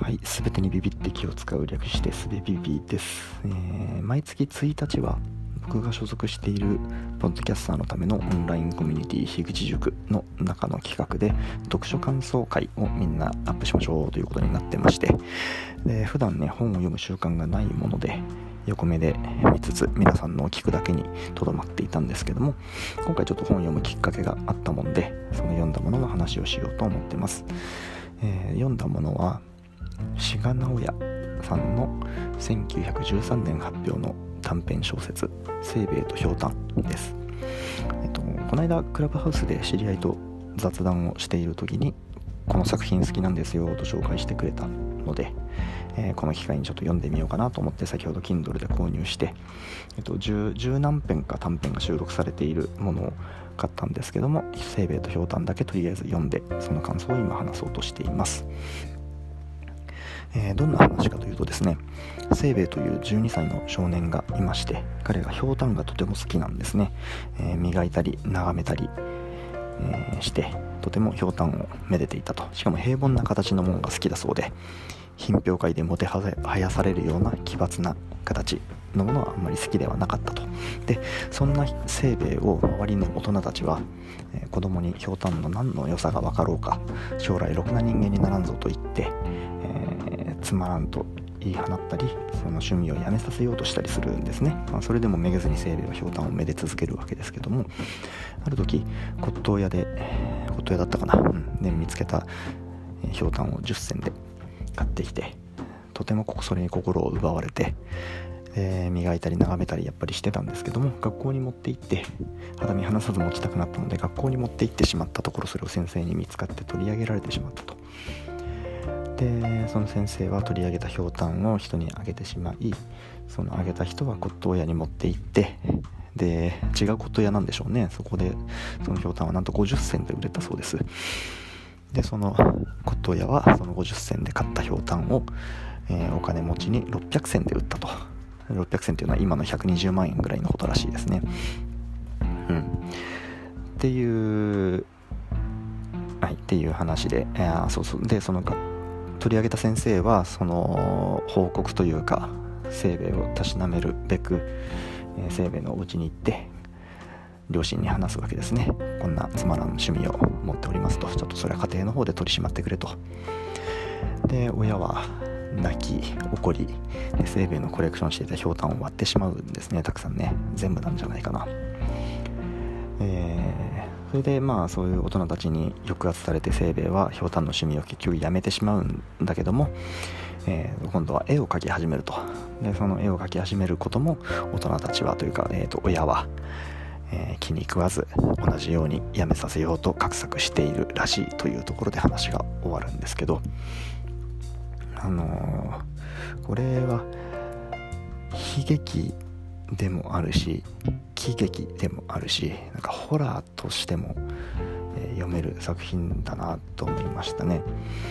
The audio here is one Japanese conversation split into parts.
はい、すべてにビビって気を使う略してすべビビです。毎月1日は僕が所属しているポッドキャスターのためのオンラインコミュニティ樋口塾の中の企画で読書感想会をみんなアップしましょうということになってまして、で普段ね本を読む習慣がないもので横目で見つつ皆さんのを聞くだけにとどまっていたんですけども、今回ちょっと本を読むきっかけがあったもんで、その読んだものの話をしようと思ってます。読んだものは志賀直哉さんの1913年発表の短編小説清兵衛とひょうたんです。この間クラブハウスで知り合いと雑談をしている時にこの作品好きなんですよと紹介してくれたので、この機会にちょっと読んでみようかなと思って先ほど Kindle で購入して、10何編か短編が収録されているものを買ったんですけども、清兵衛とひょうたんだけとりあえず読んでその感想を今話そうとしています。どんな話かというとですね、清兵衛という12歳の少年がいまして、彼がひょうたんがとても好きなんですね。磨いたり眺めたり、してとてもひょうたんをめでていたと。しかも平凡な形のものが好きだそうで、品評会でもてはやされるような奇抜な形のものはあんまり好きではなかったと。でそんな清兵衛を周りの大人たちは、子供にひょうたんの何の良さが分かろうか、将来ろくな人間にならんぞと言って、つまらんと言い放ったり、その趣味をやめさせようとしたりするんですね。それでもめげずに清兵衛はひょうたんをめで続けるわけですけども、ある時骨董屋だったかな、で見つけたひょうたんを10銭で買ってきて、とてもそれに心を奪われて、磨いたり眺めたりやっぱりしてたんですけども、学校に持って行って肌身離さず持ちたくなったので学校に持って行ってしまったところ、それを先生に見つかって取り上げられてしまったと。でその先生は取り上げたひょうたんを人にあげてしまい、そのあげた人は骨董屋に持って行って、で違う骨董屋なんでしょうね。そこでそのひょうたんはなんと50銭で売れたそうです。でその骨董屋はその50銭で買ったひょうたんを、お金持ちに600銭で売ったと。600銭というのは今の120万円ぐらいのことらしいですね。っていう話で、でその取り上げた先生はその報告というか清兵衛をたしなめるべく、清兵衛のお家に行って両親に話すわけですね。こんなつまらん趣味を持っておりますと、ちょっとそれは家庭の方で取り締まってくれと。で親は泣き怒り、清兵衛のコレクションしていたひょうたんを割ってしまうんですね。たくさんね、全部なんじゃないかな。それでそういう大人たちに抑圧されて清兵衛はひょうたんの趣味を結局やめてしまうんだけども、今度は絵を描き始めると。でその絵を描き始めることも大人たちはというか、親は、気に食わず同じようにやめさせようと画策しているらしいというところで話が終わるんですけど、これは悲劇でもあるし喜劇でもあるし、なんかホラーとしても、読める作品だなと思いましたね。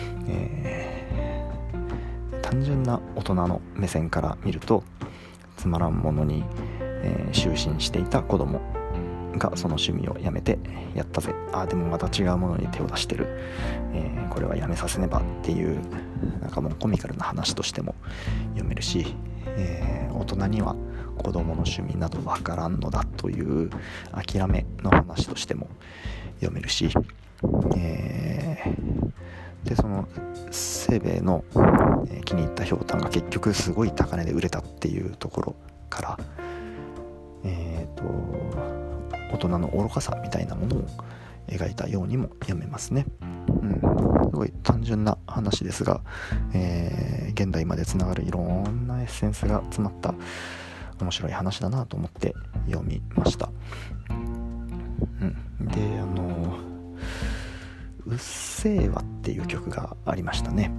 単純な大人の目線から見るとつまらんものに、執心していた子供がその趣味をやめてやったぜ、でもまた違うものに手を出してる、これはやめさせねばっていう、なんかもうコミカルな話としても読めるし、大人には子供の趣味などわからんのだという諦めの話としても読めるし、でその清兵衛の、気に入ったひょうたんが結局すごい高値で売れたっていうところから、大人の愚かさみたいなものを描いたようにも読めますね。すごい単純な話ですが、現代までつながるいろんなエッセンスが詰まった面白い話だなと思って読みました。でうっせぇわっていう曲がありましたね。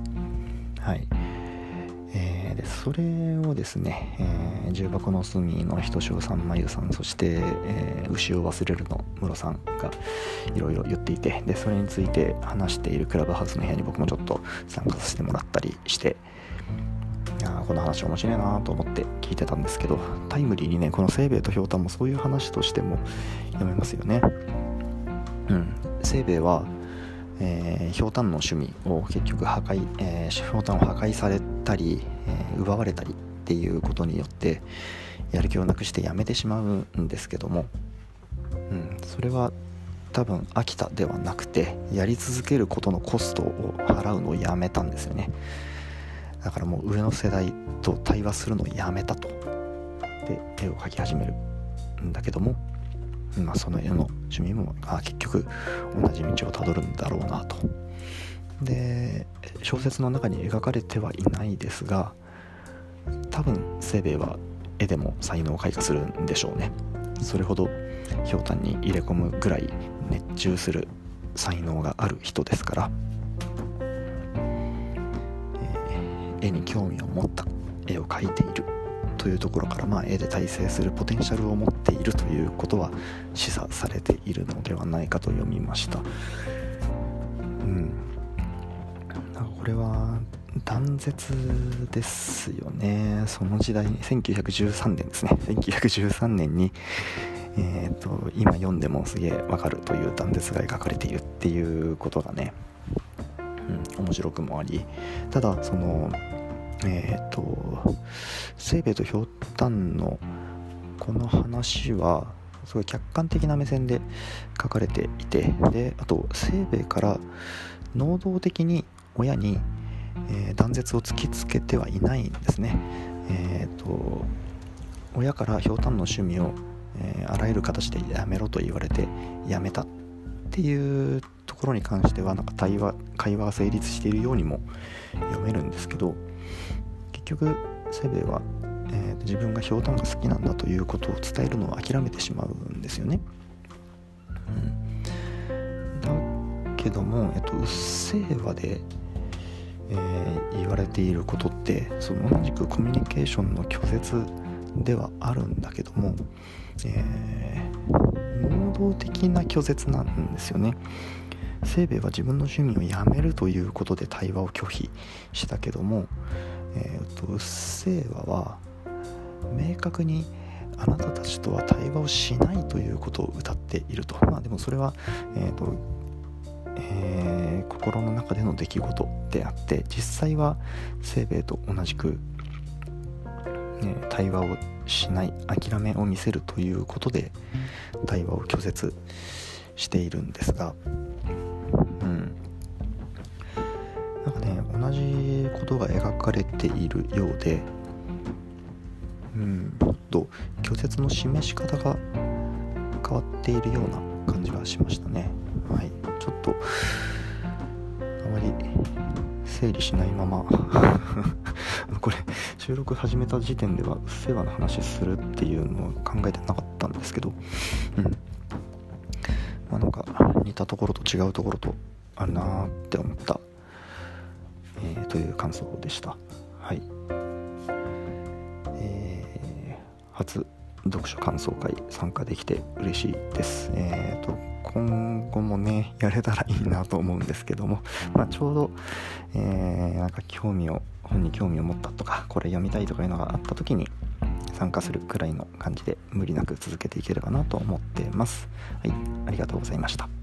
でそれをですね、重箱の隅のひとしおさん、まゆさん、そして、牛を忘れるのムロさんがいろいろ言っていて、でそれについて話しているクラブハウスの部屋に僕もちょっと参加させてもらったりして、この話面白いなと思って聞いてたんですけど、タイムリーにね、この清兵衛とひょうたんもそういう話としても読めますよね。清兵衛はひょうたんの趣味を結局ひょうたんを破壊されたり、奪われたりっていうことによってやる気をなくしてやめてしまうんですけども、それは多分飽きたではなくて、やり続けることのコストを払うのをやめたんですよね。だからもう上の世代と対話するのをやめたと。で絵を描き始めるんだけども、その絵の趣味も結局同じ道をたどるんだろうなと。で小説の中に描かれてはいないですが、多分清兵衛は絵でも才能を開花するんでしょうね。それほどひょうたんに入れ込むぐらい熱中する才能がある人ですから、絵に興味を持った、絵を描いているというところから、絵で大成するポテンシャルを持っているということは示唆されているのではないかと読みました。これは断絶ですよね。その時代に1913年ですね。1913年に今読んでもすげえわかるという断絶が描かれているっていうことがね、面白くもあり、ただその清兵衛とひょうたんのこの話はすごい客観的な目線で書かれていて、であと清兵衛から能動的に親に、断絶を突きつけてはいないんですね。親からひょうたんの趣味を、あらゆる形でやめろと言われてやめたっていうところに関しては会話が成立しているようにも読めるんですけど、結局清兵衛は、自分がひょうたんが好きなんだということを伝えるのを諦めてしまうんですよね。だけども、うっせぇわで、言われていることってその同じくコミュニケーションの拒絶ではあるんだけども、能動的な拒絶なんですよね。清兵衛は自分の趣味をやめるということで対話を拒否したけども、うっせぇわは明確にあなたたちとは対話をしないということを謳っていると。でもそれは、心の中での出来事であって、実際は清兵衛と同じく、対話をしない、諦めを見せるということで対話を拒絶しているんですが、同じことが描かれているようで、ちょっと拒絶の示し方が変わっているような感じがしましたね。ちょっとあまり整理しないままこれ収録始めた時点ではうっせぇわの話するっていうのを考えてなかったんですけど、似たところと違うところとあるなーって思った、という感想でした。初読書感想会参加できて嬉しいです。今後もねやれたらいいなと思うんですけども、ちょうど、本に興味を持ったとか、これ読みたいとかいうのがあった時に参加するくらいの感じで無理なく続けていければなと思ってます。ありがとうございました。